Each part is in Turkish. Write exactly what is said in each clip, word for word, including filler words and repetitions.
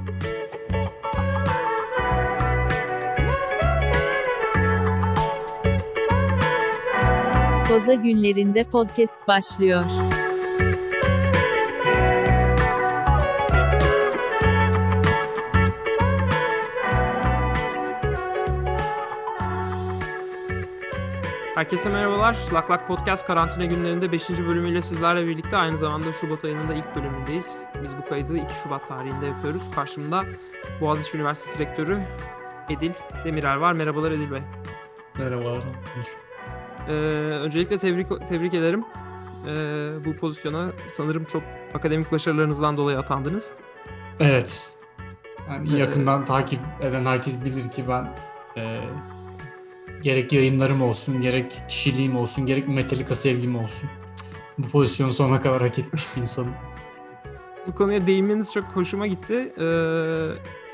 Koza Günlerinde Podcast başlıyor. Herkese merhabalar. Lak Lak Podcast karantina günlerinde beşinci bölümüyle sizlerle birlikte, aynı zamanda Şubat ayının da ilk bölümündeyiz. Biz bu kaydı iki Şubat tarihinde yapıyoruz. Karşımda Boğaziçi Üniversitesi Rektörü Edil Demirel var. Merhabalar Edil Bey. Merhabalar. Ee, öncelikle tebrik tebrik ederim. Ee, bu pozisyona sanırım çok akademik başarılarınızdan dolayı atandınız. Evet. Yani yakından ee, takip eden herkes bilir ki ben e, gerek yayınlarım olsun, gerek kişiliğim olsun, gerek Metallica sevgim olsun, bu pozisyonu sonuna kadar hak etmiş bir insanım. Bu konuya değinmeniz çok hoşuma gitti. Ee,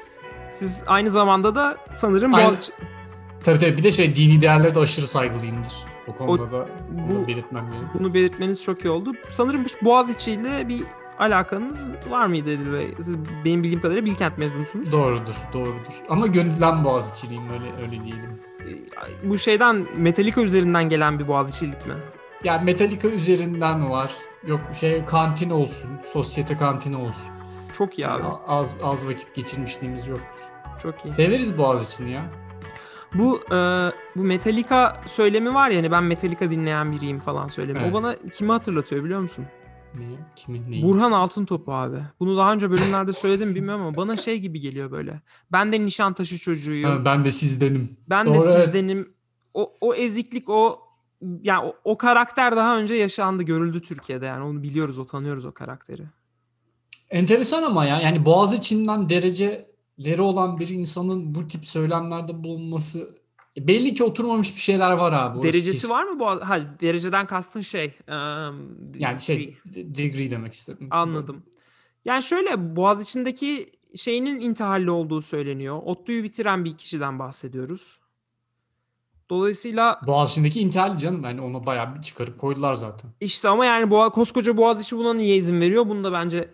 siz aynı zamanda da sanırım Aynı, Boğaziçi... Tabii tabii bir de şey dini değerlere de aşırı saygılıyımdır. O konuda o, da bunu belirtmem gerekiyor. Bunu belirtmeniz çok iyi oldu. Sanırım Boğaziçi ile bir alakanız var mıydı Edil Bey? Siz benim bildiğim kadarıyla Bilkent mezunusunuz. Doğrudur, doğrudur. Ama gönülden Boğaziçi'liyim, öyle öyle diyelim. Bu şeyden, Metallica üzerinden gelen bir Boğaziçi'lilik mi? Yani Metallica üzerinden var. Yok şey kantin olsun, sosyete kantini olsun. Çok iyi abi. Yani az az vakit geçirmişliğimiz yoktur. Çok iyi. Severiz Boğaziçi'ni ya. Bu e, bu Metallica söylemi var ya, hani ben Metallica dinleyen biriyim falan söylemi. Evet. O bana kimi hatırlatıyor biliyor musun? Niye? Kimin neyi? Burhan Altıntop'u abi. Bunu daha önce bölümlerde söyledim bilmiyorum ama bana şey gibi geliyor böyle. Ben de Nişantaşı çocuğuyum. Ha, ben de sizdenim. Ben Doğru, de sizdenim. Evet. O o eziklik, o yani o, o karakter daha önce yaşandı, görüldü Türkiye'de, yani onu biliyoruz, o tanıyoruz o karakteri. Enteresan ama ya, yani Boğaziçi'nden dereceleri olan bir insanın bu tip söylemlerde bulunması, belli ki oturmamış bir şeyler var abi. Derecesi kesin. var mı bu? Ha, dereceden kastın şey. Um, yani şey degree demek istedim. Anladım. Yani şöyle, Boğaziçi'ndeki şeyinin intihalli olduğu söyleniyor. ODTÜ'yü bitiren bir kişiden bahsediyoruz. Dolayısıyla Boğaziçi'ndeki intihal canım, yani onu bayağı bir çıkarıp koydular zaten. İşte ama yani Boğa, koskoca Boğaziçi buna niye izin veriyor? Bunu da bence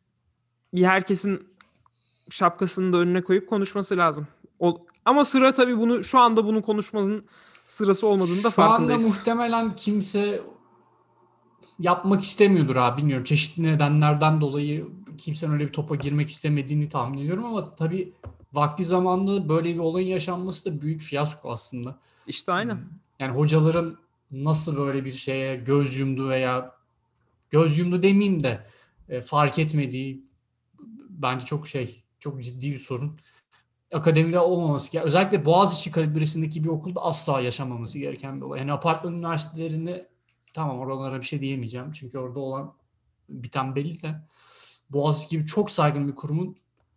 bir herkesin şapkasını da önüne koyup konuşması lazım. O, ama sıra tabii bunu şu anda bunu konuşmanın sırası olmadığını da farkındayız. Şu anda muhtemelen kimse yapmak istemiyordur abi, bilmiyorum. Çeşitli nedenlerden dolayı kimsenin öyle bir topa girmek istemediğini tahmin ediyorum ama tabii vakti zamanında böyle bir olayın yaşanması da büyük fiyasko aslında. İşte aynen. Yani hocaların nasıl böyle bir şeye göz yumdu veya göz yumdu demeyeyim de e, fark etmediği bence çok şey, çok ciddi bir sorun. Akademide olmaması gerekiyor. Özellikle Boğaziçi kalibresindeki bir okulda asla yaşanmaması gereken bir olay. Yani apartman üniversitelerini, tamam, oralara bir şey diyemeyeceğim. Çünkü orada olan biten belli de Boğaziçi gibi çok saygın bir kurumun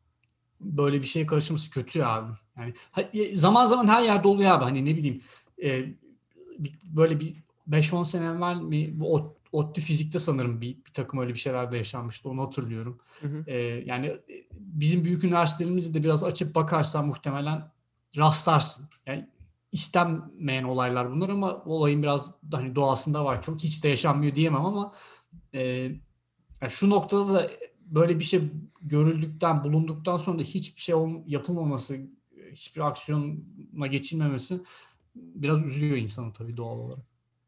böyle bir şeye karışması kötü abi. Yani zaman zaman her yerde oluyor abi. Hani ne bileyim e, böyle bir beş on sene evvel mi bu ODTÜ fizikte sanırım bir, bir takım öyle bir şeyler de yaşanmıştı. Onu hatırlıyorum. Hı hı. E, yani bizim büyük üniversitelerimizi de biraz açıp bakarsan muhtemelen rastlarsın. Yani istenmeyen olaylar bunlar ama olayın biraz hani doğasında var. Çok hiç de yaşanmıyor diyemem ama e, yani şu noktada da böyle bir şey görüldükten, bulunduktan sonra da hiçbir şey yapılmaması, hiçbir aksiyona geçilmemesi biraz üzüyor insanı tabii doğal olarak.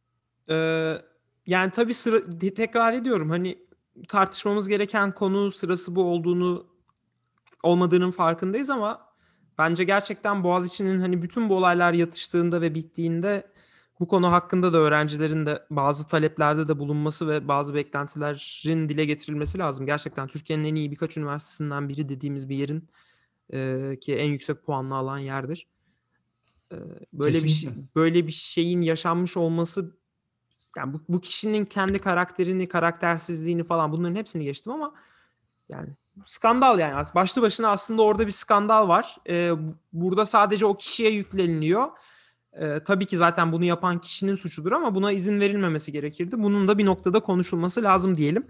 Ee, yani tabii sıra, tekrar ediyorum, hani tartışmamız gereken konu sırası bu olduğunu, olmadığının farkındayız ama bence gerçekten Boğaziçi'nin hani bütün bu olaylar yatıştığında ve bittiğinde bu konu hakkında da öğrencilerin de bazı taleplerde de bulunması ve bazı beklentilerin dile getirilmesi lazım. Gerçekten Türkiye'nin en iyi birkaç üniversitesinden biri dediğimiz bir yerin e, ki en yüksek puanlı alan yerdir. E, böyle Kesinlikle. bir böyle bir şeyin yaşanmış olması, yani bu, bu kişinin kendi karakterini, karaktersizliğini falan, bunların hepsini geçtim ama yani skandal, yani başlı başına aslında orada bir skandal var. Ee, burada sadece o kişiye yükleniliyor. Ee, tabii ki zaten bunu yapan kişinin suçudur ama buna izin verilmemesi gerekirdi. Bunun da bir noktada konuşulması lazım diyelim.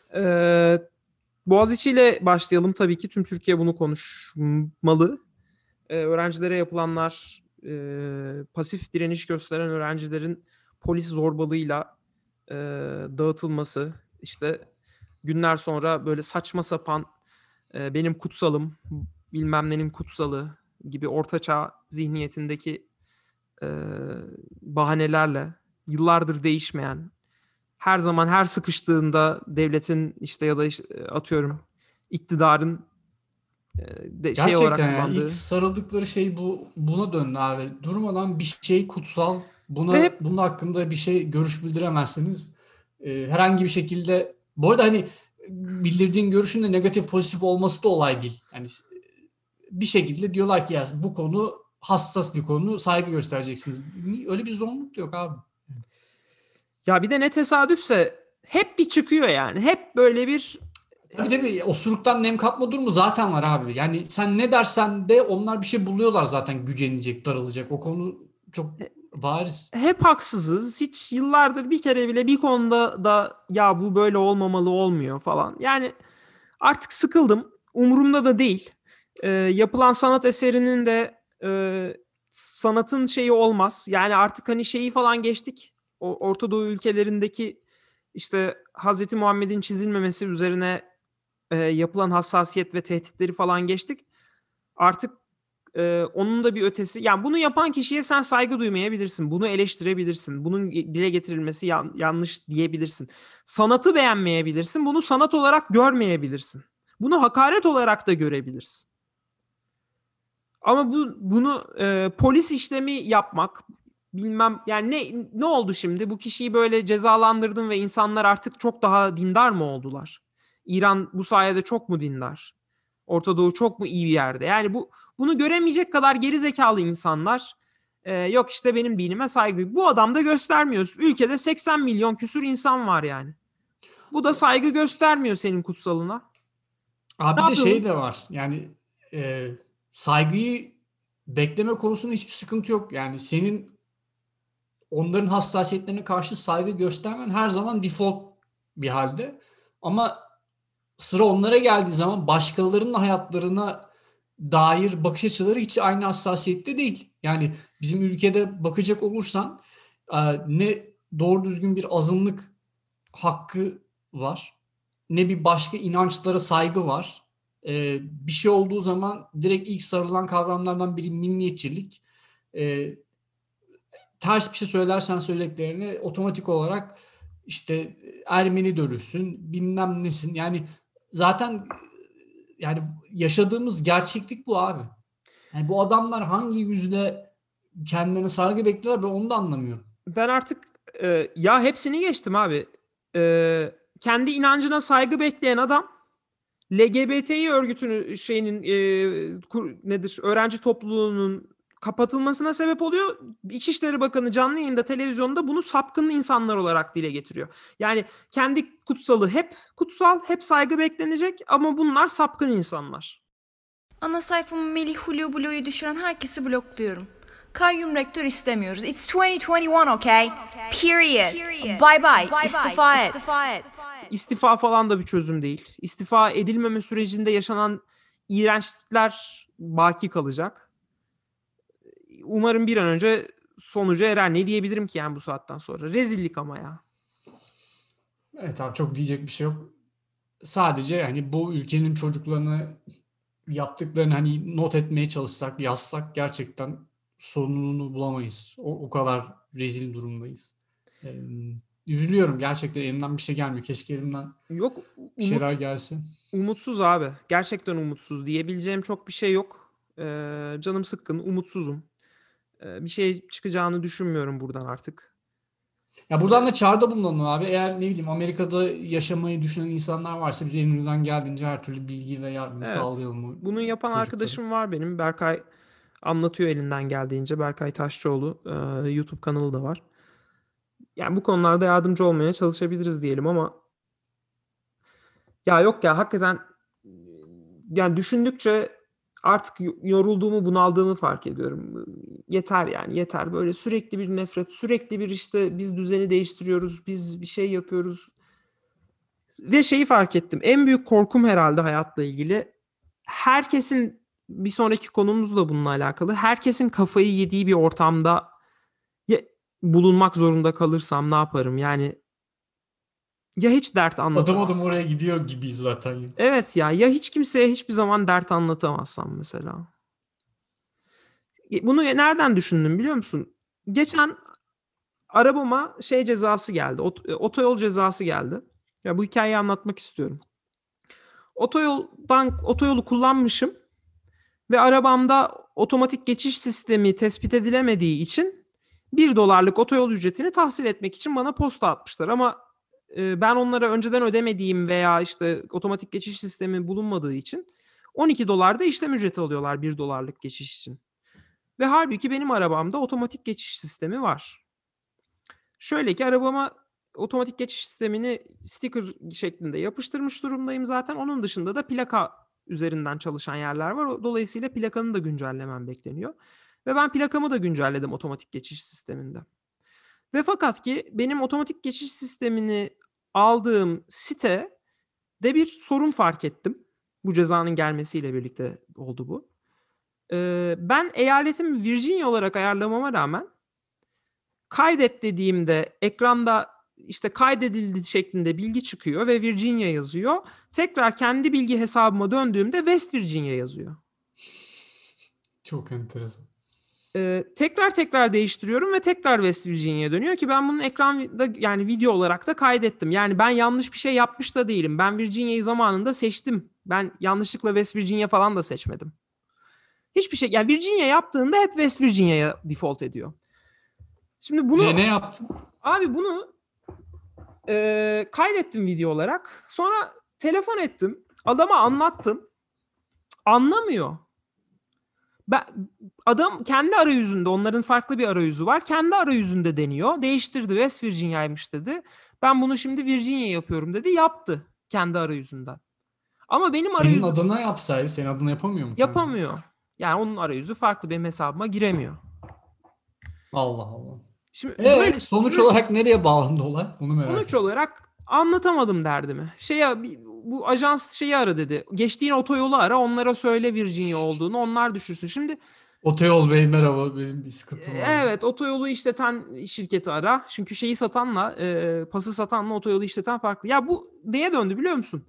Ee, Boğaziçi ile başlayalım tabii ki. Tüm Türkiye bunu konuşmalı. Ee, öğrencilere yapılanlar, e, pasif direniş gösteren öğrencilerin polis zorbalığıyla e, dağıtılması, işte günler sonra böyle saçma sapan e, benim kutsalım, bilmem nenin kutsalı gibi ortaçağ zihniyetindeki e, bahanelerle yıllardır değişmeyen, her zaman her sıkıştığında devletin işte ya da işte, atıyorum iktidarın e, de, şey olarak Gerçekten yani ilk kullandığı sarıldıkları şey bu buna döndü abi. Durmadan bir şey kutsal. ve Buna hep bunun hakkında bir şey görüş bildiremezsiniz. Ee, herhangi bir şekilde bu arada hani bildirdiğin görüşün de negatif pozitif olması da olay değil. Yani bir şekilde diyorlar ki ya bu konu hassas bir konu, saygı göstereceksiniz. Öyle bir zorunluluk da yok abi. ya bir de ne tesadüfse hep bir çıkıyor yani. Hep böyle bir Tabii tabii osuruktan nem kapma durumu zaten var abi. Yani sen ne dersen de onlar bir şey buluyorlar zaten gücenecek, darılacak. O konu çok bariz. hep haksızız. Hiç yıllardır bir kere bile bir konuda da ya bu böyle olmamalı olmuyor falan. Yani artık sıkıldım. Umurumda da değil. Ee, yapılan sanat eserinin de e, sanatın şeyi olmaz. Yani artık hani şeyi falan geçtik. O Orta Doğu ülkelerindeki işte Hazreti Muhammed'in çizilmemesi üzerine e, yapılan hassasiyet ve tehditleri falan geçtik. Artık e, onun da bir ötesi. Yani bunu yapan kişiye sen saygı duymayabilirsin. Bunu eleştirebilirsin. Bunun dile getirilmesi yan, yanlış diyebilirsin. Sanatı beğenmeyebilirsin. Bunu sanat olarak görmeyebilirsin. Bunu hakaret olarak da görebilirsin. Ama bu bunu e, polis işlemi yapmak bilmem yani ne ne oldu şimdi? Bu kişiyi böyle cezalandırdın ve insanlar artık çok daha dindar mı oldular? İran bu sayede çok mu dindar? Orta Doğu çok mu iyi bir yerde? Yani bu bunu göremeyecek kadar geri zekalı insanlar e, yok işte benim dinime saygı. Bu adam da göstermiyor. Ülkede seksen milyon küsür insan var yani. Bu da saygı göstermiyor senin kutsalına. Ne Abi bir de şey yapalım? de var. Yani e, saygıyı bekleme konusunda hiçbir sıkıntı yok. Yani senin onların hassasiyetlerine karşı saygı göstermen her zaman default bir halde. Ama sıra onlara geldiği zaman başkalarının hayatlarına dair bakış açıları hiç aynı hassasiyette değil. Yani bizim ülkede bakacak olursan e, ne doğru düzgün bir azınlık hakkı var, ne bir başka inançlara saygı var. E, bir şey olduğu zaman direkt ilk sarılan kavramlardan biri milliyetçilik. E, ters bir şey söylersen söylediklerini otomatik olarak işte Ermeni dölüsün, bilmem nesin. Yani zaten yani yaşadığımız gerçeklik bu abi. Yani bu adamlar hangi yüzle kendilerine saygı bekliyorlar ben onu da anlamıyorum. Ben artık e, ya hepsini geçtim abi. E, kendi inancına saygı bekleyen adam L G B T İ örgütünün şeyinin e, kur, nedir öğrenci topluluğunun kapatılmasına sebep oluyor. İçişleri Bakanı canlı yayında televizyonda bunu sapkın insanlar olarak dile getiriyor. Yani kendi kutsalı hep kutsal, hep saygı beklenecek ama bunlar sapkın insanlar. Ana sayfamı Melih Hulu Blue'yu düşüren herkesi blokluyorum. Kayyum rektör istemiyoruz. It's twenty twenty-one, okay? Period. Bye bye. İstifa et. İstifa falan da bir çözüm değil. İstifa edilmeme sürecinde yaşanan iğrençlikler baki kalacak. Umarım bir an önce sonuca erer. Ne diyebilirim ki yani bu saatten sonra? Rezillik ama ya. Evet abi çok diyecek bir şey yok. Sadece hani bu ülkenin çocuklarını yaptıklarını hani not etmeye çalışsak, yazsak gerçekten sorununu bulamayız. O, o kadar rezil durumdayız. Ee, üzülüyorum gerçekten elimden bir şey gelmiyor. Keşke elimden Yok bir şeyler umut, gelse. umutsuz abi. Gerçekten umutsuz. Diyebileceğim çok bir şey yok. Ee, canım sıkkın, umutsuzum. Ee, bir şey çıkacağını düşünmüyorum buradan artık. Ya buradan da çağrıda bulunalım abi. Eğer ne bileyim Amerika'da yaşamayı düşünen insanlar varsa biz elimizden geldiğince her türlü bilgi ve yardımı Evet. sağlayalım o Bunu yapan çocuklara. arkadaşım var benim. Berkay anlatıyor elinden geldiğince. Berkay Taşçıoğlu. Ee, YouTube kanalı da var. Yani bu konularda yardımcı olmaya çalışabiliriz diyelim ama ya yok ya hakikaten yani düşündükçe artık yorulduğumu, bunaldığımı fark ediyorum. Yeter yani yeter. Böyle sürekli bir nefret, sürekli bir işte biz düzeni değiştiriyoruz, biz bir şey yapıyoruz. Ve şeyi fark ettim. En büyük korkum herhalde hayatla ilgili. Herkesin bir sonraki konumuz da bununla alakalı. Herkesin kafayı yediği bir ortamda bulunmak zorunda kalırsam ne yaparım? Yani ya hiç dert Adım anlatamazsam. adım oraya gidiyor gibiyiz zaten. Evet ya, ya hiç kimseye hiçbir zaman dert anlatamazsam mesela. Bunu nereden düşündüm biliyor musun? Geçen arabama şey cezası geldi. ot- Otoyol cezası geldi. Ya bu hikayeyi anlatmak istiyorum. Otoyoldan otoyolu kullanmışım ve arabamda otomatik geçiş sistemi tespit edilemediği için bir dolarlık otoyol ücretini tahsil etmek için bana posta atmışlar. Ama e, ben onlara önceden ödemediğim veya işte otomatik geçiş sistemi bulunmadığı için on iki dolar da işlem ücreti alıyorlar bir dolarlık geçiş için. Ve halbuki benim arabamda otomatik geçiş sistemi var. Şöyle ki arabama otomatik geçiş sistemini sticker şeklinde yapıştırmış durumdayım zaten. Onun dışında da plaka üzerinden çalışan yerler var. Dolayısıyla plakanı da güncellemem bekleniyor. Ve ben plakamı da güncelledim otomatik geçiş sisteminde. Ve fakat ki benim otomatik geçiş sistemini aldığım sitede bir sorun fark ettim. Bu cezanın gelmesiyle birlikte oldu bu. Ee, ben eyaletimi Virginia olarak ayarlamama rağmen kaydet dediğimde ekranda işte kaydedildi şeklinde bilgi çıkıyor ve Virginia yazıyor. Tekrar kendi bilgi hesabıma döndüğümde West Virginia yazıyor. Çok enteresan. Ee, tekrar tekrar değiştiriyorum ve tekrar West Virginia'ya dönüyor ki ben bunun ekranda yani video olarak da kaydettim. Yani ben yanlış bir şey yapmış da değilim. Ben Virginia'yı zamanında seçtim. Ben yanlışlıkla West Virginia falan da seçmedim. Hiçbir şey. Yani Virginia yaptığında hep West Virginia'ya default ediyor. Şimdi bunu E, ne yaptın? Abi bunu e, kaydettim video olarak. Sonra telefon ettim. Adama anlattım. Anlamıyor. Ben, adam kendi arayüzünde, onların farklı bir arayüzü var. Kendi arayüzünde deniyor. Değiştirdi. West Virginia'ymış dedi. Ben bunu şimdi Virginia yapıyorum dedi. Yaptı kendi arayüzünden. Ama benim Senin arayüzüm adına yapsaydı, senin adına yapamıyor mu? yapamıyor. Yani onun arayüzü farklı, benim hesabıma giremiyor. Allah Allah. Şimdi Ee, böyle sonuç böyle- olarak nereye bağlandı olay? Onu merak Sonuç ettim. olarak anlatamadım derdimi. Şeye bu ajans şeyi ara dedi. Geçtiğin otoyolu ara, onlara söyle Virginia olduğunu, onlar düşürsün. Şimdi Otoyol Bey merhaba, benim bir sıkıntım var. evet, otoyolu işleten şirketi ara. Çünkü şeyi satanla e, pası satanla otoyolu işleten farklı. Ya bu neye döndü biliyor musun?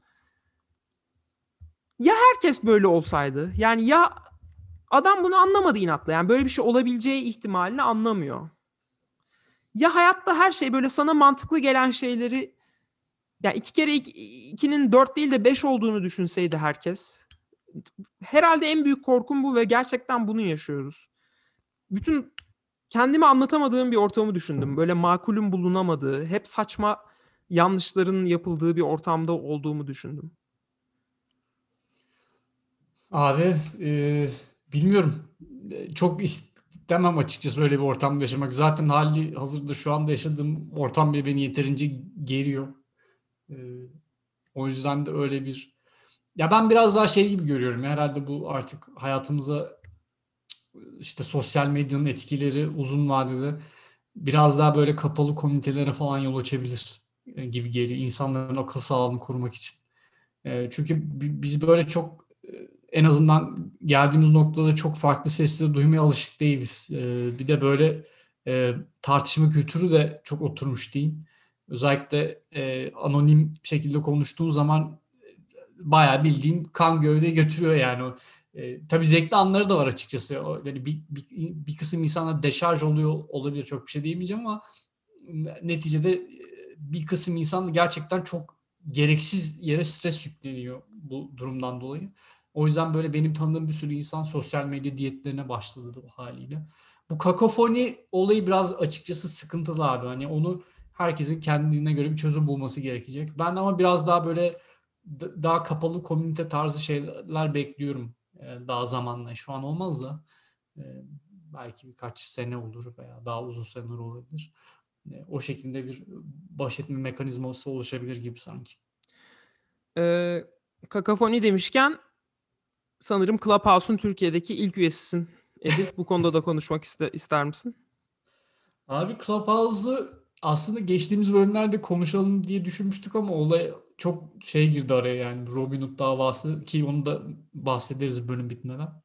Ya herkes böyle olsaydı, yani ya adam bunu anlamadı inatla, yani böyle bir şey olabileceği ihtimalini anlamıyor. Ya hayatta her şey böyle sana mantıklı gelen şeyleri, ya iki kere iki, ikinin dört değil de beş olduğunu düşünseydi herkes. Herhalde en büyük korkum bu ve gerçekten bunu yaşıyoruz. Bütün kendime anlatamadığım bir ortamı düşündüm. Böyle makulün bulunamadığı, hep saçma yanlışların yapıldığı bir ortamda olduğumu düşündüm. Abi e, bilmiyorum. E, Çok istemem açıkçası öyle bir ortamda yaşamak. Zaten hali hazırda şu anda yaşadığım ortam bile beni yeterince geriyor. E, O yüzden de öyle bir... Ya ben biraz daha şey gibi görüyorum. Herhalde bu artık hayatımıza işte sosyal medyanın etkileri uzun vadede biraz daha böyle kapalı komünitelere falan yol açabilir e, gibi geliyor. İnsanların akıl sağlığını korumak için. E, Çünkü bi- biz böyle çok e, en azından geldiğimiz noktada çok farklı sesleri duymaya alışık değiliz. E, Bir de böyle e, tartışma kültürü de çok oturmuş değil. Özellikle e, anonim şekilde konuştuğun zaman e, bayağı bildiğin kan gövde götürüyor yani. O, e, tabii zevkli anları da var açıkçası. O, yani bir, bir, bir kısım insana deşarj oluyor olabilir, çok bir şey diyemeyeceğim ama neticede e, bir kısım insan gerçekten çok gereksiz yere stres yükleniyor bu durumdan dolayı. O yüzden böyle benim tanıdığım bir sürü insan sosyal medya diyetlerine başladı bu haliyle. Bu kakofoni olayı biraz açıkçası sıkıntılı abi. Hani onu herkesin kendine göre bir çözüm bulması gerekecek. Ben ama biraz daha böyle d- daha kapalı komünite tarzı şeyler bekliyorum. Ee, daha zamanla. Şu an olmaz da e, belki birkaç sene olur veya daha uzun seneler olabilir. E, O şekilde bir baş etme mekanizması oluşabilir gibi sanki. Ee, kakafoni demişken sanırım Clubhouse'un Türkiye'deki ilk üyesisin. Edip bu konuda da konuşmak iste, ister misin? Abi Clubhouse'u aslında geçtiğimiz bölümlerde konuşalım diye düşünmüştük ama olay çok şey girdi araya, yani Robin Hood davası, ki onu da bahsederiz bölüm bitmeden.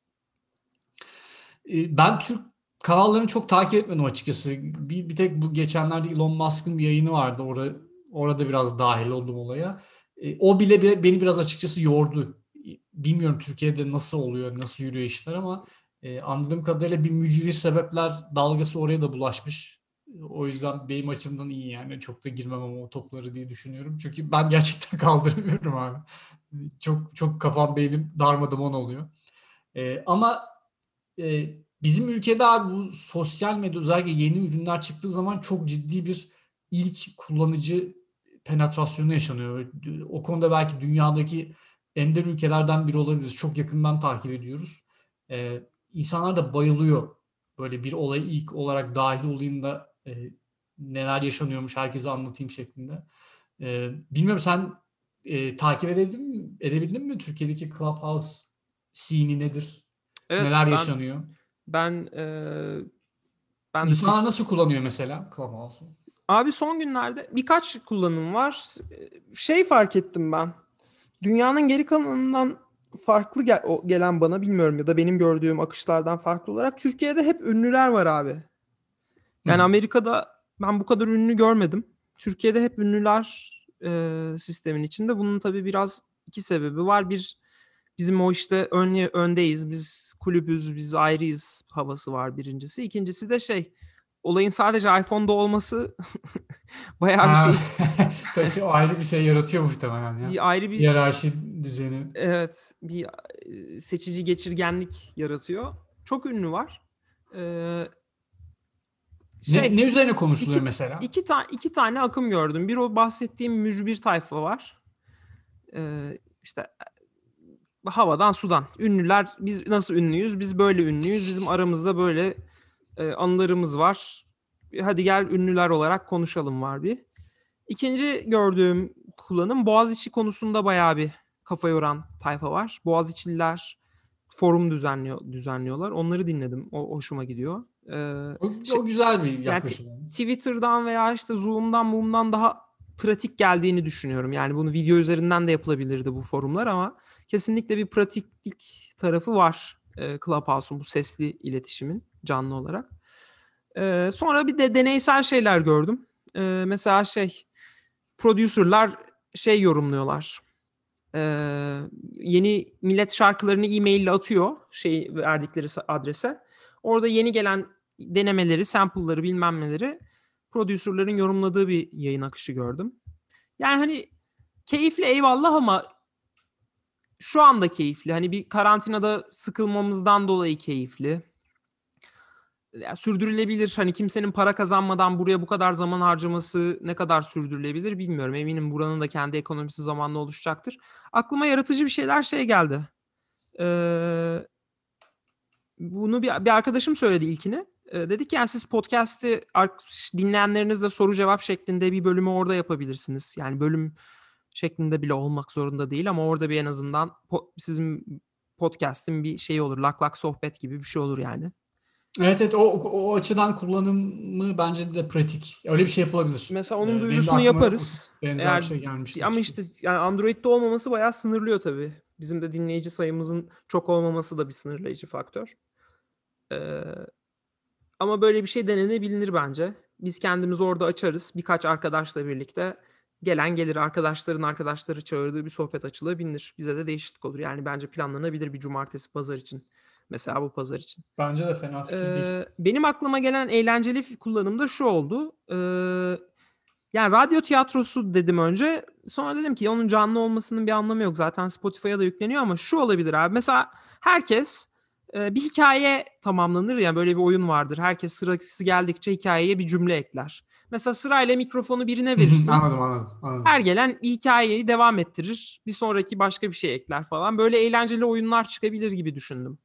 E, Ben Türk kanallarını çok takip etmedim açıkçası. Bir, bir tek bu geçenlerde Elon Musk'ın bir yayını vardı. Orada Orada biraz dahil oldum olaya. E, o bile be- beni biraz açıkçası yordu. E, Bilmiyorum Türkiye'de nasıl oluyor, nasıl yürüyor işler ama e, anladığım kadarıyla bir mücbir sebepler dalgası oraya da bulaşmış. O yüzden benim açımdan iyi yani. Çok da girmem ama o topları diye düşünüyorum. Çünkü ben gerçekten kaldıramıyorum abi. Çok çok kafam beynim darmadağın oluyor. E, ama e, bizim ülkede abi bu sosyal medya özellikle yeni ürünler çıktığı zaman çok ciddi bir ilk kullanıcı penetrasyonu yaşanıyor. O konuda belki dünyadaki ender ülkelerden biri olabiliriz. Çok yakından takip ediyoruz. E, insanlar da bayılıyor. Böyle bir olaya ilk olarak dahil olayım da e, neler yaşanıyormuş herkese anlatayım şeklinde. E, bilmiyorum sen e, takip edebildin mi, edebildin mi Türkiye'deki Clubhouse scene'i nedir? Evet, Neler ben yaşanıyor? ben eee, ben de Türk. İnsanlar nasıl kullanıyor mesela Clubhouse'u? Abi son günlerde birkaç kullanım var. Ee, Şey fark ettim ben. Dünyanın geri kalanından farklı gel- o- gelen bana bilmiyorum ya da benim gördüğüm akışlardan farklı olarak Türkiye'de hep ünlüler var abi. Hı. Yani Amerika'da ben bu kadar ünlü görmedim. Türkiye'de hep ünlüler e, sistemin içinde. Bunun tabii biraz iki sebebi var. Bir, bizim o işte ön, öndeyiz, biz kulübüz, biz ayrıyız havası var birincisi. İkincisi de şey, olayın sadece iPhone'da olması bayağı bir Ha. şey, Tabii şey, o ayrı bir şey yaratıyor muhtemelen ya. bir ayrı bir Hiyerarşi düzeni. evet bir e, seçici geçirgenlik yaratıyor. Çok ünlü var. Ee, Ne, şey ne üzerine konuşuluyor iki mesela? iki tane iki tane akım gördüm. Bir o bahsettiğim mücbir tayfa var. Ee, işte havadan sudan. Ünlüler, biz nasıl ünlüyüz? Biz böyle ünlüyüz. Bizim aramızda böyle e, anılarımız var. Hadi gel ünlüler olarak konuşalım var bir. İkinci gördüğüm kullanım Boğaziçi konusunda bayağı bir kafa yoran tayfa var. Boğaziçi'liler forum düzenliyor, düzenliyorlar. Onları dinledim. O hoşuma gidiyor. Ee, O, şey, o güzel bir yani yaklaşım. t- Twitter'dan veya işte Zoom'dan, Moom'dan daha pratik geldiğini düşünüyorum. Yani bunu video üzerinden de yapılabilirdi bu forumlar ama kesinlikle bir pratiklik tarafı var e, Clubhouse'un bu sesli iletişimin canlı olarak. E, sonra bir de deneysel şeyler gördüm. E, mesela şey, producerlar şey yorumluyorlar. E, Yeni millet şarkılarını e-mail ile atıyor şey verdikleri adrese. Orada yeni gelen denemeleri, sample'ları bilmem neleri producerların yorumladığı bir yayın akışı gördüm. Yani hani keyifli eyvallah ama şu anda keyifli. Hani bir karantinada sıkılmamızdan dolayı keyifli. Yani sürdürülebilir. Hani kimsenin para kazanmadan buraya bu kadar zaman harcaması ne kadar sürdürülebilir bilmiyorum. Eminim buranın da kendi ekonomisi zamanla oluşacaktır. Aklıma yaratıcı bir şeyler şey geldi. Ee, bunu bir, bir arkadaşım söyledi ilkini. Ee, dedi ki yani siz podcast'i dinleyenlerinizle soru cevap şeklinde bir bölümü orada yapabilirsiniz. Yani bölüm şeklinde bile olmak zorunda değil ama orada bir en azından po- sizin podcast'in bir şeyi olur. Lak lak sohbet gibi bir şey olur yani. Evet evet o, o, o açıdan kullanımı bence de pratik. Öyle bir şey yapılabilir. Mesela onun Ee, benim de duyurusunu aklıma yaparız. benzer bir Eğer şey gelmişti ama işte açıkçası. yani Android'de olmaması bayağı sınırlıyor tabii. Bizim de dinleyici sayımızın çok olmaması da bir sınırlayıcı faktör. Ee, ama böyle bir şey denenebilir bence. Biz kendimiz orada açarız. Birkaç arkadaşla birlikte gelen gelir. Arkadaşların arkadaşları çağırdığı bir sohbet açılabilir. Bize de değişiklik olur. Yani bence planlanabilir bir cumartesi pazar için. Mesela bu pazar için. Bence de fena fikir değil. Ee, benim aklıma gelen eğlenceli kullanım da şu oldu. Ee, yani radyo tiyatrosu dedim önce. Sonra dedim ki onun canlı olmasının bir anlamı yok. Zaten Spotify'a da yükleniyor ama şu olabilir abi. Mesela herkes e, bir hikaye tamamlanır ya, böyle bir oyun vardır. Herkes sırası geldikçe hikayeye bir cümle ekler. Mesela sırayla mikrofonu birine verirsin. Anladım anladım. anladım. Her gelen hikayeyi devam ettirir. Bir sonraki başka bir şey ekler falan. Böyle eğlenceli oyunlar çıkabilir gibi düşündüm.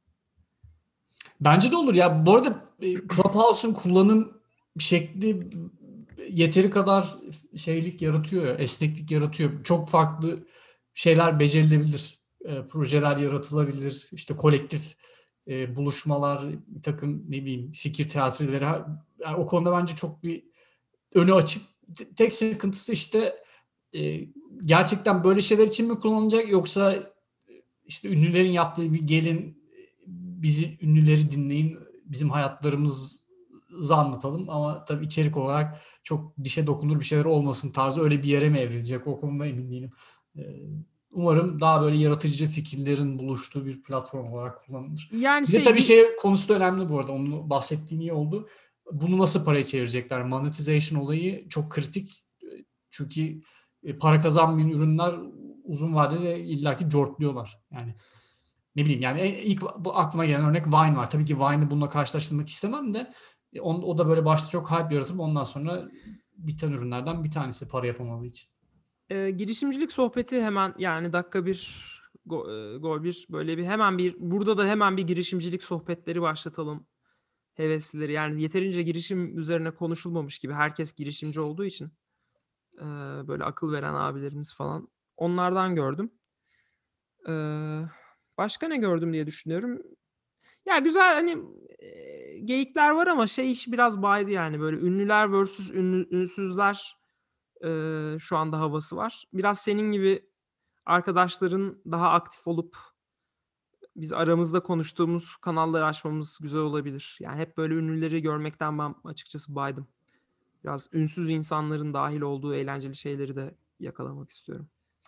Bence de olur ya. Bu arada e, Clubhouse'un kullanım şekli yeteri kadar şeylik yaratıyor, ya, esneklik yaratıyor. Çok farklı şeyler becerilebilir. E, projeler yaratılabilir. İşte kolektif e, buluşmalar, bir takım ne bileyim fikir teatrileri. Yani o konuda bence çok bir önü açık. T- Tek sıkıntısı işte e, gerçekten böyle şeyler için mi kullanılacak yoksa işte ünlülerin yaptığı bir gelin bizi ünlüleri dinleyin bizim hayatlarımızla anlatalım ama tabii içerik olarak çok dişe dokunur bir şeyler olmasın tarzı öyle bir yere mi evrilecek, o konuda emin değilim. Umarım daha böyle yaratıcı fikirlerin buluştuğu bir platform olarak kullanılır. Yani Bir de şey tabii bir- şey konusu da önemli bu arada. Onu bahsettiğin iyi oldu. Bunu nasıl paraya çevirecekler? Monetization olayı çok kritik. Çünkü e, para kazanmayan ürünler uzun vadede illaki cortluyorlar. Yani ne bileyim yani en- ilk bu aklıma gelen örnek Vine var. Tabii ki Vine'ı bununla karşılaştırmak istemem de e, on- o da böyle başta çok hype yaratıp ondan sonra biten ürünlerden bir tanesi para yapamadığı için. e, girişimcilik sohbeti hemen yani dakika bir go, e, gol bir böyle bir hemen bir burada da hemen bir girişimcilik sohbetleri başlatalım. Heveslileri yani yeterince girişim üzerine konuşulmamış gibi herkes girişimci olduğu için e, böyle akıl veren abilerimiz falan onlardan gördüm. E, başka ne gördüm diye düşünüyorum. Ya güzel hani e, geyikler var ama şey iş biraz baydı yani böyle ünlüler versus ünlü, ünsüzler e, şu anda havası var. Biraz senin gibi arkadaşların daha aktif olup biz aramızda konuştuğumuz kanalları açmamız güzel olabilir. Yani hep böyle ünlüleri görmekten ben açıkçası baydım. Biraz ünsüz insanların dahil olduğu eğlenceli şeyleri de yakalamak istiyorum.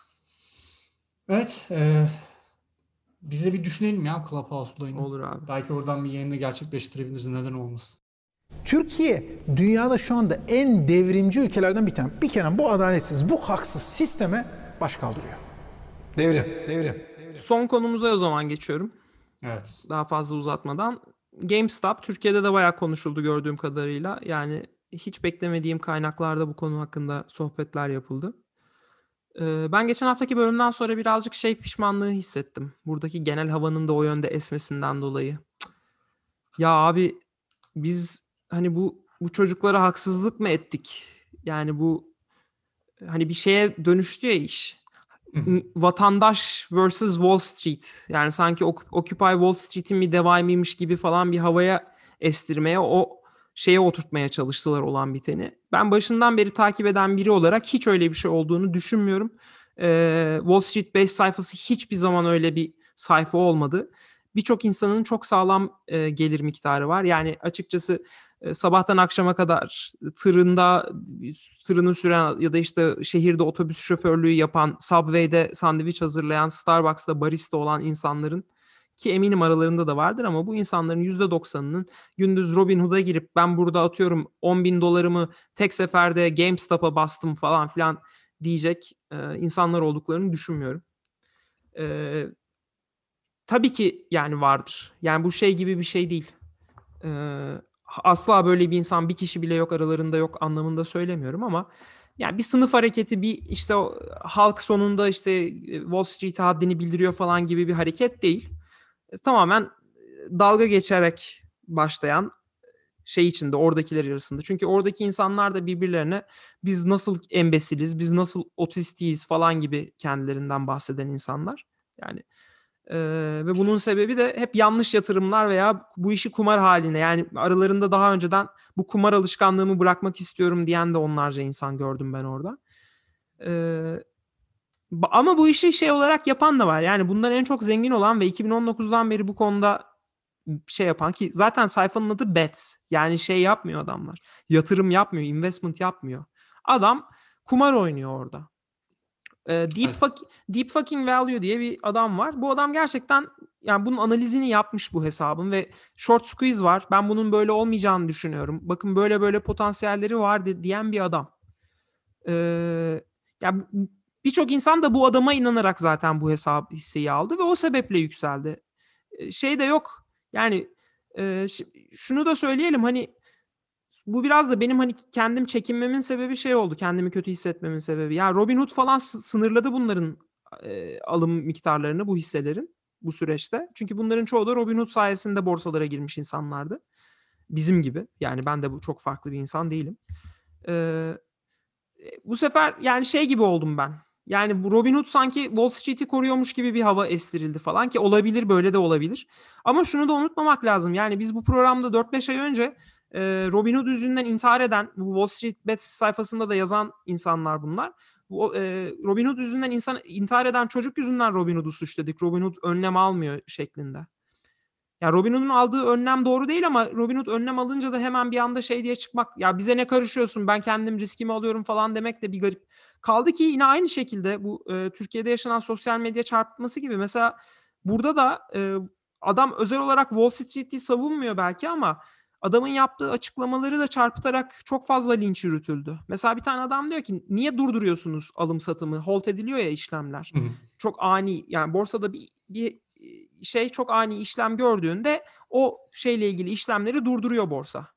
Evet. E, bize bir düşünelim ya Clubhouse olayını. Olur abi. Belki oradan bir yayını gerçekleştirebiliriz. Neden olmasın? Türkiye dünyada şu anda en devrimci ülkelerden bir tane. Bir kere bu adaletsiz, bu haksız sisteme baş kaldırıyor. Devrim, devrim. Son konumuza o zaman geçiyorum. Evet. Daha fazla uzatmadan. GameStop Türkiye'de de bayağı konuşuldu gördüğüm kadarıyla. Yani hiç beklemediğim kaynaklarda bu konu hakkında sohbetler yapıldı. Ee, ben geçen haftaki bölümden sonra birazcık şey pişmanlığı hissettim. Buradaki genel havanın da o yönde esmesinden dolayı. Cık. Ya abi biz hani bu bu çocuklara haksızlık mı ettik? Yani bu hani bir şeye dönüştü ya iş. Vatandaş versus Wall Street. Yani sanki Occupy Wall Street'in bir devamıymış gibi falan bir havaya estirmeye, o şeye oturtmaya çalıştılar olan biteni. Ben başından beri takip eden biri olarak hiç öyle bir şey olduğunu düşünmüyorum. Ee, Wall Street beş sayfası hiçbir zaman öyle bir sayfa olmadı. Birçok insanın çok sağlam e, gelir miktarı var. Yani açıkçası e, sabahtan akşama kadar tırında tırını süren ya da işte şehirde otobüs şoförlüğü yapan, Subway'de sandviç hazırlayan, Starbucks'ta barista olan insanların, ki eminim aralarında da vardır ama bu insanların yüzde doksanının gündüz Robinhood'a girip ben burada atıyorum on bin dolarımı tek seferde GameStop'a bastım falan filan diyecek e, insanlar olduklarını düşünmüyorum. E, tabii ki yani vardır. Yani bu şey gibi bir şey değil. E, asla böyle bir insan bir kişi bile yok aralarında yok anlamında söylemiyorum ama yani bir sınıf hareketi, bir işte o, halk sonunda işte Wall Street'e haddini bildiriyor falan gibi bir hareket değil. E, tamamen dalga geçerek başlayan şey içinde, oradakiler arasında. Çünkü oradaki insanlar da birbirlerine biz nasıl embesiliz, biz nasıl otistiyiz falan gibi kendilerinden bahseden insanlar. Yani e, ve bunun sebebi de hep yanlış yatırımlar veya bu işi kumar haline, yani aralarında daha önceden bu kumar alışkanlığımı bırakmak istiyorum diyen de onlarca insan gördüm ben orada. E, ama bu işi şey olarak yapan da var. Yani bundan en çok zengin olan ve iki bin on dokuzdan beri bu konuda şey yapan, ki zaten sayfanın adı Bets. Yani şey yapmıyor adamlar. Yatırım yapmıyor, investment yapmıyor. Adam kumar oynuyor orada. Ee, Deep, Evet. fuck, Deep Fucking Value diye bir adam var. Bu adam gerçekten yani bunun analizini yapmış bu hesabın ve short squeeze var. Ben bunun böyle olmayacağını düşünüyorum. Bakın böyle böyle potansiyelleri var diyen bir adam. Ee, yani birçok insan da bu adama inanarak zaten bu hesap hisseyi aldı ve o sebeple yükseldi. Ee, şey de yok. Yani e, şunu da söyleyelim, hani bu biraz da benim hani kendim çekinmemin sebebi şey oldu. Kendimi kötü hissetmemin sebebi. Ya Robinhood falan sınırladı bunların e, alım miktarlarını, bu hisselerin bu süreçte. Çünkü bunların çoğu da Robinhood sayesinde borsalara girmiş insanlardı. Bizim gibi. Yani ben de bu çok farklı bir insan değilim. Ee, bu sefer yani şey gibi oldum ben. Yani bu Robinhood sanki Wall Street'i koruyormuş gibi bir hava estirildi falan, ki olabilir, böyle de olabilir. Ama şunu da unutmamak lazım. Yani biz bu programda dört beş ay önce e, Robinhood yüzünden intihar eden, bu Wall Street Bets sayfasında da yazan insanlar bunlar. Bu, e, Robinhood yüzünden insan intihar eden çocuk yüzünden Robinhood'u suçladık. Robinhood önlem almıyor şeklinde. Ya Robinhood'un aldığı önlem doğru değil ama Robinhood önlem alınca da hemen bir anda şey diye çıkmak, ya bize ne karışıyorsun, ben kendim riskimi alıyorum falan demek de bir garip. Kaldı ki yine aynı şekilde bu e, Türkiye'de yaşanan sosyal medya çarpıtması gibi mesela burada da e, adam özel olarak Wall Street'i savunmuyor belki ama adamın yaptığı açıklamaları da çarpıtarak çok fazla linç yürütüldü. Mesela bir tane adam diyor ki niye durduruyorsunuz alım satımı? Hold ediliyor ya işlemler. Hı hı. Çok ani, yani borsada bir, bir şey çok ani işlem gördüğünde o şeyle ilgili işlemleri durduruyor borsa.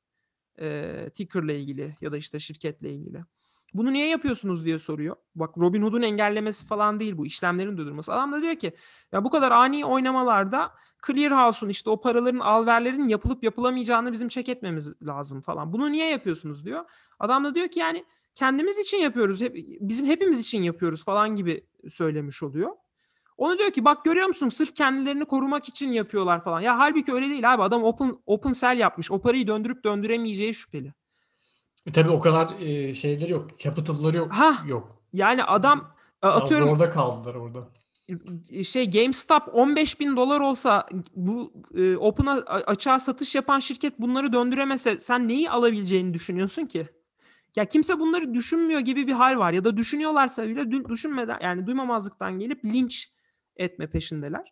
Ee, ticker'la ilgili ya da işte şirketle ilgili. Bunu niye yapıyorsunuz diye soruyor. Bak Robinhood'un engellemesi falan değil bu, işlemlerin durdurması. Adam da diyor ki ya bu kadar ani oynamalarda Clearhouse'un işte o paraların, alverlerin yapılıp yapılamayacağını bizim check etmemiz lazım falan. Bunu niye yapıyorsunuz diyor. Adam da diyor ki yani kendimiz için yapıyoruz. Hep, bizim hepimiz için yapıyoruz falan gibi söylemiş oluyor. Onu diyor ki bak görüyor musun sırf kendilerini korumak için yapıyorlar falan. Ya halbuki öyle değil abi. Adam open open sell yapmış. O parayı döndürüp döndüremeyeceği şüpheli. E, tabii o kadar e, şeyleri yok. Capital'ları yok. Ha yok. yani adam e, Biraz atıyorum zorda kaldılar orada. şey GameStop on beş bin dolar olsa bu e, open'a açığa satış yapan şirket bunları döndüremese sen neyi alabileceğini düşünüyorsun ki? Ya kimse bunları düşünmüyor gibi bir hal var ya da düşünüyorlarsa bile düşünmeden, yani duymamazlıktan gelip linç etme peşindeler.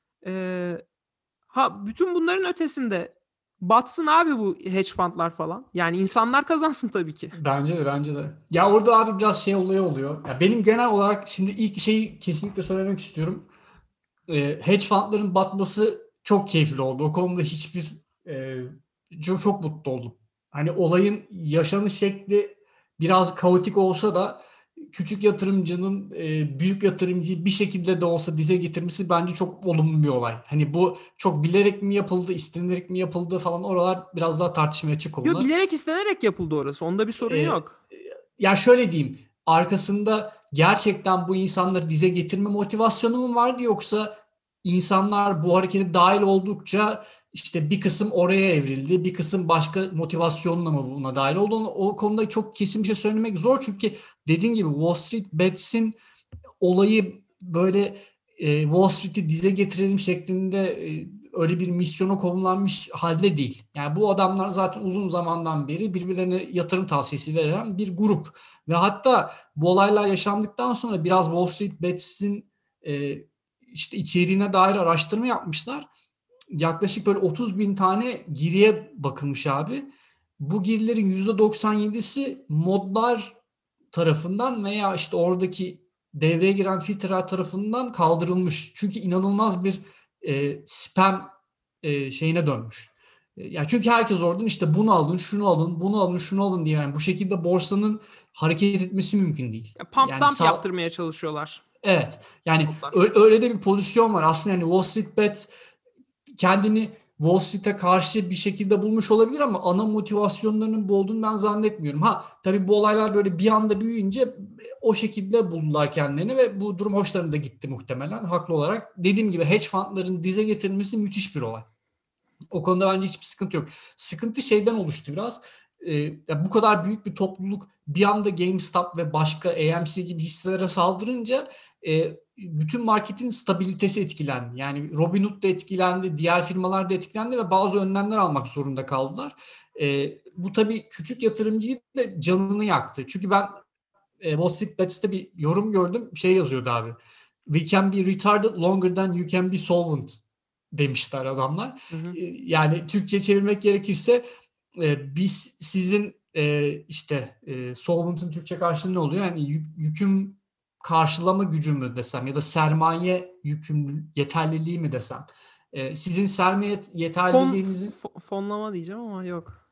Ee, ha bütün bunların ötesinde batsın abi bu hedge fundlar falan. Yani insanlar kazansın tabii ki. Bence de bence de. Ya orada abi biraz şey olayı oluyor. Ya benim genel olarak şimdi ilk şeyi kesinlikle söylemek istiyorum. E, hedge fundların batması çok keyifli oldu. O konuda hiçbir e, çok, çok mutlu oldum. Hani olayın yaşanış şekli biraz kaotik olsa da küçük yatırımcının e, büyük yatırımcıyı bir şekilde de olsa dize getirmesi bence çok olumlu bir olay. Hani bu çok bilerek mi yapıldı, istenerek mi yapıldı falan, oralar biraz daha tartışmaya açık Yo, konular. bilerek istenerek yapıldı orası. Onda bir sorun Ee, yok. Ya şöyle diyeyim, arkasında gerçekten bu insanları dize getirme motivasyonu mu vardı, yoksa insanlar bu harekete dahil oldukça işte bir kısım oraya evrildi, bir kısım başka motivasyonla mı buna dahil oldu? O konuda çok kesin bir şey söylemek zor, çünkü dediğin gibi Wall Street Bets'in olayı böyle e, Wall Street'i dize getirelim şeklinde e, öyle bir misyona konulanmış halde değil. Yani bu adamlar zaten uzun zamandan beri birbirlerine yatırım tavsiyesi veren bir grup. Ve hatta bu olaylar yaşandıktan sonra biraz Wall Street Bets'in e, işte içeriğine dair araştırma yapmışlar. Yaklaşık böyle otuz bin tane giriye bakılmış abi. Bu girilerin yüzde doksan yedisi modlar tarafından veya işte oradaki devreye giren filtreler tarafından kaldırılmış. Çünkü inanılmaz bir e, spam e, şeyine dönmüş. E, yani çünkü herkes oradan işte bunu alın, şunu alın, bunu alın, şunu alın diye, yani bu şekilde borsanın hareket etmesi mümkün değil. Ya pump Yani dump sağ, yaptırmaya çalışıyorlar. evet. Yani Modlar. ö- öyle de bir pozisyon var. Aslında yani Wall Street Bets kendini Wall Street'e karşı bir şekilde bulmuş olabilir ama ana motivasyonlarının bu olduğunu ben zannetmiyorum. Ha tabii bu olaylar böyle bir anda büyüyünce o şekilde buldular kendilerini ve bu durum hoşlarına da gitti muhtemelen, haklı olarak. Dediğim gibi hedge fundların dize getirilmesi müthiş bir olay. O konuda bence hiçbir sıkıntı yok. Sıkıntı şeyden oluştu biraz. Ee, bu kadar büyük bir topluluk bir anda GameStop ve başka A M C gibi hisselere saldırınca e, bütün marketin stabilitesi etkilendi. Yani Robinhood da etkilendi, diğer firmalar da etkilendi ve bazı önlemler almak zorunda kaldılar. E, bu tabii küçük yatırımcıyı da canını yaktı. Çünkü ben e, Wall Street Bets'te bir yorum gördüm. Şey yazıyordu abi. We can be retarded longer than you can be solvent demişler adamlar. Hı hı. E, yani Türkçe çevirmek gerekirse e, biz sizin e, işte e, solvent'ın Türkçe karşılığı ne oluyor? Yani yük, yüküm karşılama gücü mü desem ya da sermaye yükümlü yeterliliği mi desem? E, sizin sermaye Fon, yeterliliğinizin fo- fonlama diyeceğim ama yok.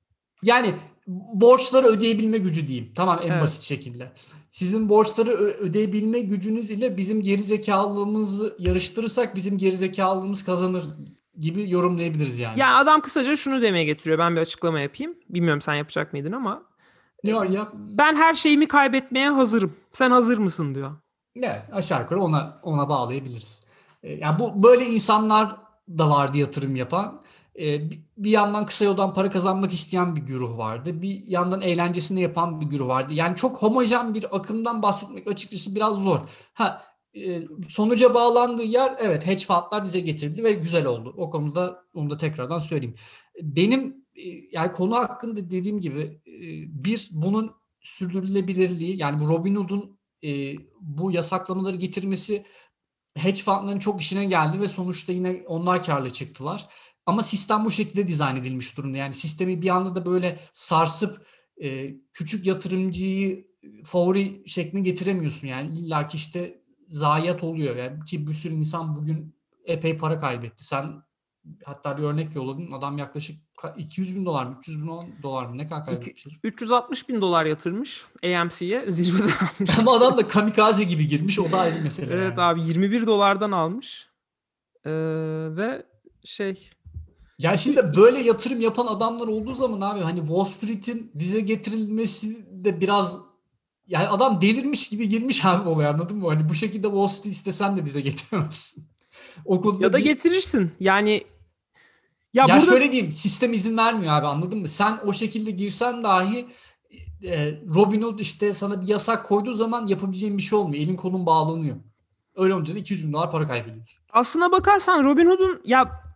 yani borçları ödeyebilme gücü diyeyim. Tamam, en Evet. basit şekilde. Sizin borçları ö- ödeyebilme gücünüz ile bizim gerizekalılığımızı yarıştırırsak bizim gerizekalılığımız kazanır gibi yorumlayabiliriz yani. Ya adam kısaca şunu demeye getiriyor. Ben bir açıklama yapayım. Bilmiyorum sen yapacak mıydın ama. Ne var ya? Ben her şeyimi kaybetmeye hazırım. Sen hazır mısın diyor. Evet, aşağı yukarı ona ona bağlayabiliriz. E, yani bu böyle insanlar da vardı yatırım yapan. E, bir, bir yandan kısa yoldan para kazanmak isteyen bir güruh vardı. Bir yandan eğlencesini yapan bir güruh vardı. Yani çok homojen bir akımdan bahsetmek açıkçası biraz zor. Ha, e, sonuca bağlandığı yer evet hedge fundlar dize getirildi ve güzel oldu. O konuda onu da tekrardan söyleyeyim. Benim e, yani konu hakkında dediğim gibi e, bir bunun sürdürülebilirliği yani bu Robinhood'un e, bu yasaklamaları getirmesi hedge fundların çok işine geldi ve sonuçta yine onlar karlı çıktılar. Ama sistem bu şekilde dizayn edilmiş durumda. Yani sistemi bir anda da böyle sarsıp e, küçük yatırımcıyı favori şekline getiremiyorsun. Yani illaki işte zayiat oluyor. Yani ki bir sürü insan bugün epey para kaybetti. Sen hatta bir örnek yolladın. Adam yaklaşık iki yüz bin dolar mı? üç yüz bin dolar mı? Ne kadar kaybetmiş? üç yüz altmış bin dolar yatırmış A M C'ye zirveden almış. Ama adam da kamikaze gibi girmiş. O da ayrı mesele. Evet yani. abi yirmi bir dolardan almış. Ee, ve şey Yani şimdi böyle yatırım yapan adamlar olduğu zaman abi hani Wall Street'in dize getirilmesi de biraz yani adam delirmiş gibi girmiş abi olaya anladın mı? Hani bu şekilde Wall Street istesen de dize getiremezsin. O konuda ya da bir- getirirsin. Yani ya ya, burada şöyle diyeyim sistem izin vermiyor abi anladın mı? Sen o şekilde girsen dahi e, Robinhood işte sana bir yasak koyduğu zaman yapabileceğin bir şey olmuyor. Elin kolun bağlanıyor. Öyle olunca da iki yüz bin dolar para kaybediyorsun. aslına bakarsan Robinhood'un ya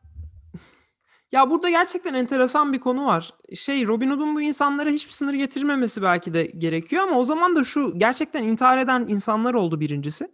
ya burada gerçekten enteresan bir konu var. Şey Robinhood'un bu insanlara hiçbir sınır getirmemesi belki de gerekiyor ama o zaman da şu gerçekten intihar eden insanlar oldu birincisi.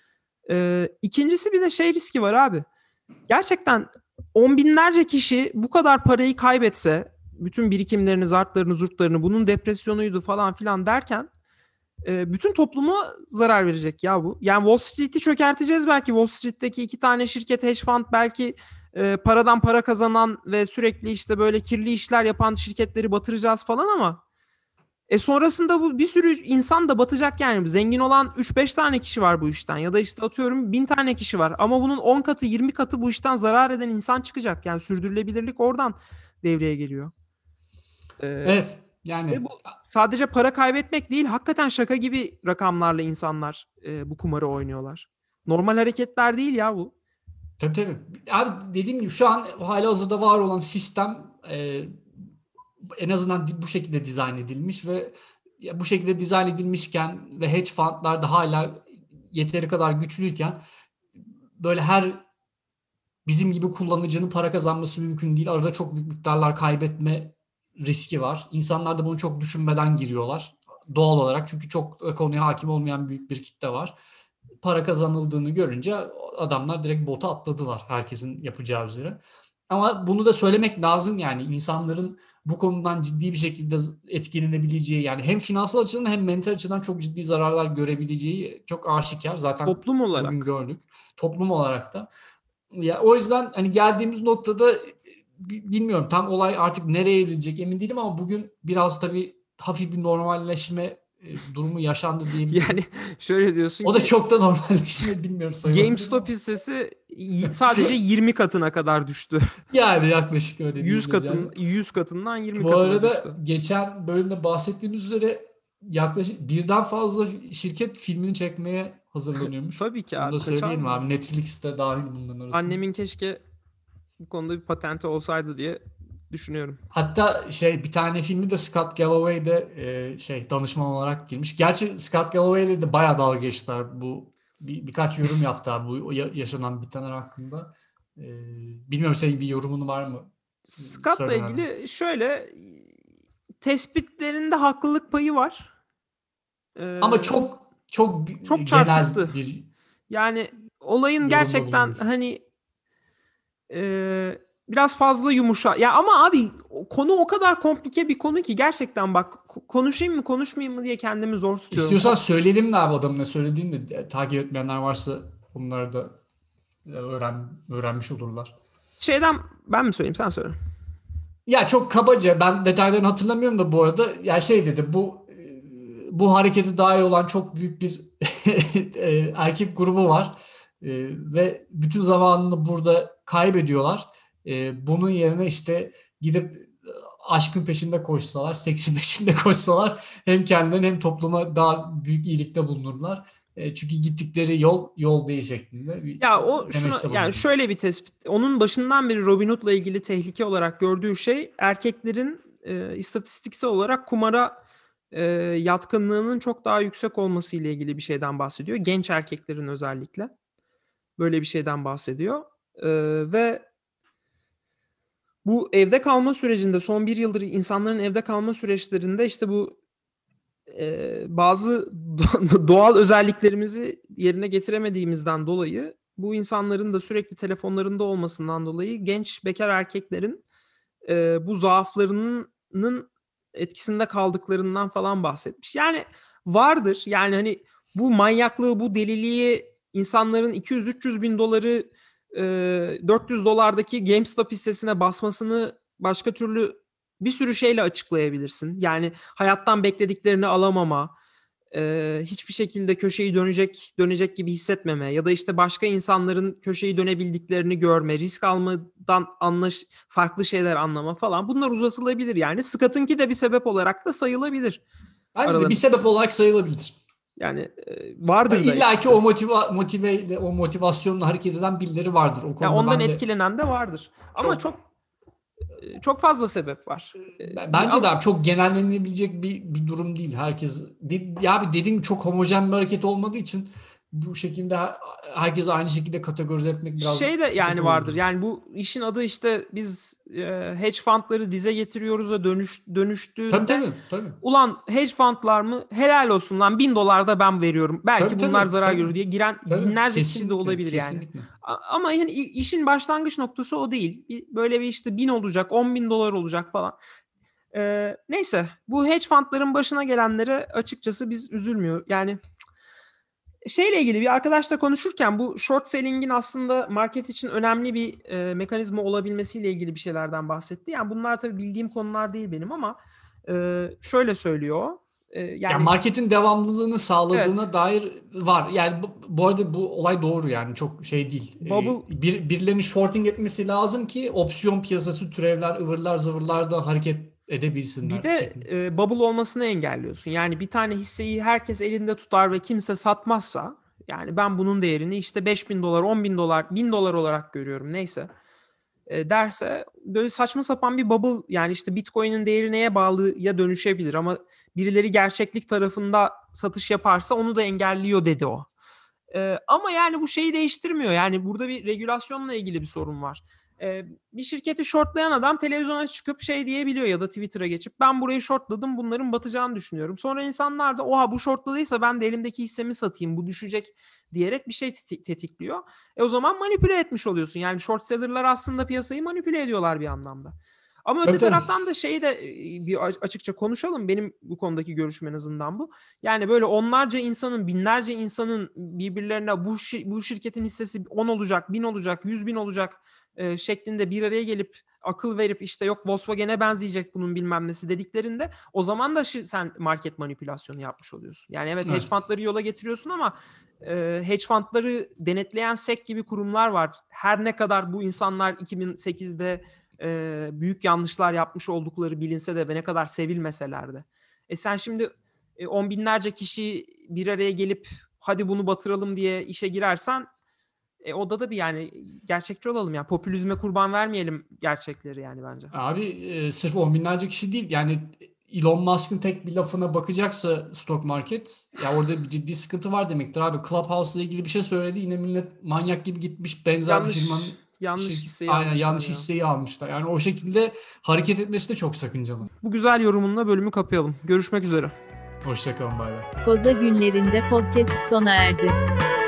Ee, ikincisi bir de şey riski var abi. Gerçekten on binlerce kişi bu kadar parayı kaybetse bütün birikimlerini, zartlarını, zurtlarını bunun depresyonuydu falan filan derken e, bütün topluma zarar verecek ya bu. Yani Wall Street'i çökerteceğiz belki. Wall Street'teki iki tane şirket hedge fund belki e, paradan para kazanan ve sürekli işte böyle kirli işler yapan şirketleri batıracağız falan ama e sonrasında bu bir sürü insan da batacak yani. Zengin olan üç beş tane kişi var bu işten ya da işte atıyorum bin tane kişi var ama bunun on katı yirmi katı bu işten zarar eden insan çıkacak. Yani sürdürülebilirlik oradan devreye geliyor. Ee, Evet yani ve bu sadece para kaybetmek değil, hakikaten şaka gibi rakamlarla insanlar e, bu kumarı oynuyorlar. Normal hareketler değil ya bu. tabii tabii. Abi dediğim gibi şu an halihazırda var olan sistem e, en azından bu şekilde dizayn edilmiş ve ya bu şekilde dizayn edilmişken ve hedge fundlar da hala yeteri kadar güçlüyken böyle her bizim gibi kullanıcının para kazanması mümkün değil. Arada çok büyük miktarlar kaybetme riski var. İnsanlar da bunu çok düşünmeden giriyorlar. Doğal olarak çünkü çok konuya hakim olmayan büyük bir kitle var. Para kazanıldığını görünce adamlar direkt bota atladılar herkesin yapacağı üzere. Ama bunu da söylemek lazım yani insanların bu konudan ciddi bir şekilde etkilenebileceği yani hem finansal açıdan hem mental açıdan çok ciddi zararlar görebileceği çok aşikar. Zaten Toplum olarak. bugün gördük. Toplum olarak da. Ya o yüzden hani geldiğimiz noktada bilmiyorum tam olay artık nereye evrilecek emin değilim ama bugün biraz tabii hafif bir normalleşme durumu yaşandı diyebilirim. Yani şöyle diyorsun o ki. da çok da normalleşme bilmiyorum sayılır. GameStop hissesi sadece yirmi katına kadar düştü. Yani yaklaşık öyle yüz katın yani. yüz katından yirmi Bu katına arada düştü. geçen bölümde bahsettiğimiz üzere yaklaşık birden fazla şirket filmini çekmeye hazırlanıyormuş. Tabii ki Bunu abi. da kaçar söyleyelim mı? abi. Netflix'te dahil bunların arasında. Annemin keşke bu konuda bir patenti olsaydı diye düşünüyorum. Hatta şey bir tane filmi de Scott Galloway'de e, şey danışman olarak girmiş. Gerçi Scott Galloway'le de bayağı dalga geçtiler. Bu bir, birkaç yorum yaptı abi bu yaşanan bitenler hakkında. E, bilmiyorum senin bir yorumun var mı? Scott'la Söyle abi. ilgili şöyle tespitlerinde haklılık payı var. Ee, Ama çok çok çok genel çarpıktı. bir Yani olayın yorumda gerçekten bulunmuş. hani e, biraz fazla yumuşak. Ya ama abi konu o kadar komplike bir konu ki gerçekten bak konuşayım mı konuşmayayım mı diye kendimi zor tutuyorum. İstiyorsan söyleyelim de abi adamın ne söylediğini de takip etmeyenler varsa onları da öğren, öğrenmiş olurlar. Şeyden ben mi söyleyeyim sen söyle. Ya çok kabaca ben detaylarını hatırlamıyorum da bu arada ya şey dedi bu bu harekete dahil olan çok büyük bir erkek grubu var e, ve bütün zamanını burada kaybediyorlar. E, bunun yerine işte gidip aşkın peşinde koşsalar, seksin peşinde koşsalar hem kendilerine hem topluma daha büyük iyilikte bulunurlar. E, çünkü gittikleri yol yol değil şeklinde. Bir Ya o şuna, demeçte yani bulundu. şöyle bir tespit. Onun başından beri Robinhood'la ilgili tehlike olarak gördüğü şey erkeklerin e, istatistiksel olarak kumara e, yatkınlığının çok daha yüksek olması ile ilgili bir şeyden bahsediyor. Genç erkeklerin özellikle böyle bir şeyden bahsediyor. E, ve bu evde kalma sürecinde son bir yıldır insanların evde kalma süreçlerinde işte bu e, bazı doğal özelliklerimizi yerine getiremediğimizden dolayı bu insanların da sürekli telefonlarında olmasından dolayı genç bekar erkeklerin e, bu zaaflarının etkisinde kaldıklarından falan bahsetmiş. Yani vardır yani hani bu manyaklığı, bu deliliği insanların iki yüz üç yüz bin doları e, dört yüz dolardaki GameStop hissesine basmasını başka türlü bir sürü şeyle açıklayabilirsin. Yani hayattan beklediklerini alamama, e, hiçbir şekilde köşeyi dönecek dönecek gibi hissetmeme ya da işte başka insanların köşeyi dönebildiklerini görme, risk almadan anlaş, farklı şeyler anlama falan. Bunlar uzatılabilir yani. Scott'ınki de bir sebep olarak da sayılabilir. Bence de Aralarında. bir sebep olarak sayılabilir. Yani e, vardır da İlla etkisi. ki o motiva, motiveyle, o motivasyonla hareket eden birileri vardır. O konuda yani ondan ben de etkilenen de vardır. Ama Çok- çok çok fazla sebep var. B- Bence Ama- de abi çok genellenebilecek bir bir durum değil. Herkes de- ya abi dediğim gibi çok homojen bir hareket olmadığı için bu şekilde her- herkesi aynı şekilde kategorize etmek biraz şey de sıkıntı yani vardır. olabilir. Yani bu işin adı işte biz e, hedge fundları dize getiriyoruz da dönüş dönüştüğünde Tabii tabii. tabii. ulan hedge fundlar mı helal olsun lan bin dolar da ben veriyorum. Belki Tabii, bunlar tabii, zarar tabii. görür diye giren Tabii, binlerce kişi de kesinlikle, olabilir yani. kesinlikle. A- Ama yani i- işin başlangıç noktası o değil. Bir- Böyle bir işte bin olacak, on bin dolar olacak falan. Ee, neyse bu hedge fundların başına gelenlere açıkçası biz üzülmüyor. Yani şeyle ilgili bir arkadaşla konuşurken bu short selling'in aslında market için önemli bir e, mekanizma olabilmesiyle ilgili bir şeylerden bahsetti. Yani bunlar tabii bildiğim konular değil benim ama e, şöyle söylüyor. E, yani Yani marketin devamlılığını sağladığına Evet. dair var. Yani bu, bu arada bu olay doğru yani çok şey değil. Bubble- Ee, bir, birilerinin shorting etmesi lazım ki opsiyon piyasası türevler, ıvırlar, zıvırlar da hareket edebilsinler. bir de şeklinde. e, bubble olmasını engelliyorsun. Yani bir tane hisseyi herkes elinde tutar ve kimse satmazsa yani ben bunun değerini işte beş bin dolar, on bin dolar, bin dolar olarak görüyorum neyse. E, derse böyle saçma sapan bir bubble yani işte Bitcoin'in değeri neye bağlıya dönüşebilir ama birileri gerçeklik tarafında satış yaparsa onu da engelliyor dedi o. E, ama yani bu şeyi değiştirmiyor. Yani burada bir regülasyonla ilgili bir sorun var. E, bir şirketi shortlayan adam televizyona çıkıp şey diyebiliyor ya da Twitter'a geçip ben burayı shortladım bunların batacağını düşünüyorum. Sonra insanlar da oha bu shortladıysa ben de elimdeki hissemi satayım bu düşecek diyerek bir şey teti- tetikliyor. E o zaman manipüle etmiş oluyorsun. Yani short seller'lar aslında piyasayı manipüle ediyorlar bir anlamda. Ama öte Tabii, tabii. taraftan da şeyi de e, bir açıkça konuşalım. Benim bu konudaki görüşüm en azından bu. Yani böyle onlarca insanın, binlerce insanın birbirlerine bu şir- bu şirketin hissesi on olacak, bin olacak, yüz bin olacak e, şeklinde bir araya gelip akıl verip işte yok Volkswagen'e benzeyecek bunun bilmem nesi dediklerinde o zaman da şi- sen market manipülasyonu yapmış oluyorsun. Yani evet, Evet. hedge fundları yola getiriyorsun ama e, hedge fundları denetleyen S E C gibi kurumlar var. Her ne kadar bu insanlar iki bin sekizde e, büyük yanlışlar yapmış oldukları bilinse de ve ne kadar sevilmeseler de. E sen şimdi e, on binlerce kişi bir araya gelip hadi bunu batıralım diye işe girersen e, o da da bir yani gerçekçi olalım yani popülizme kurban vermeyelim gerçekleri yani bence. Abi e, sırf on binlerce kişi değil yani Elon Musk'ın tek bir lafına bakacaksa stock market ya orada bir ciddi sıkıntı var demektir abi. Clubhouse ile ilgili bir şey söyledi yine millet manyak gibi gitmiş benzer Yanlış- bir firmanın yanlış şirket- hisseyi aynen, almışlar yanlış ya. hisseyi almışlar. Yani o şekilde hareket etmesi de çok sakıncalı. Bu güzel yorumunla bölümü kapayalım. Görüşmek üzere. Hoşçakalın bay bay. Koza günlerinde podcast sona erdi.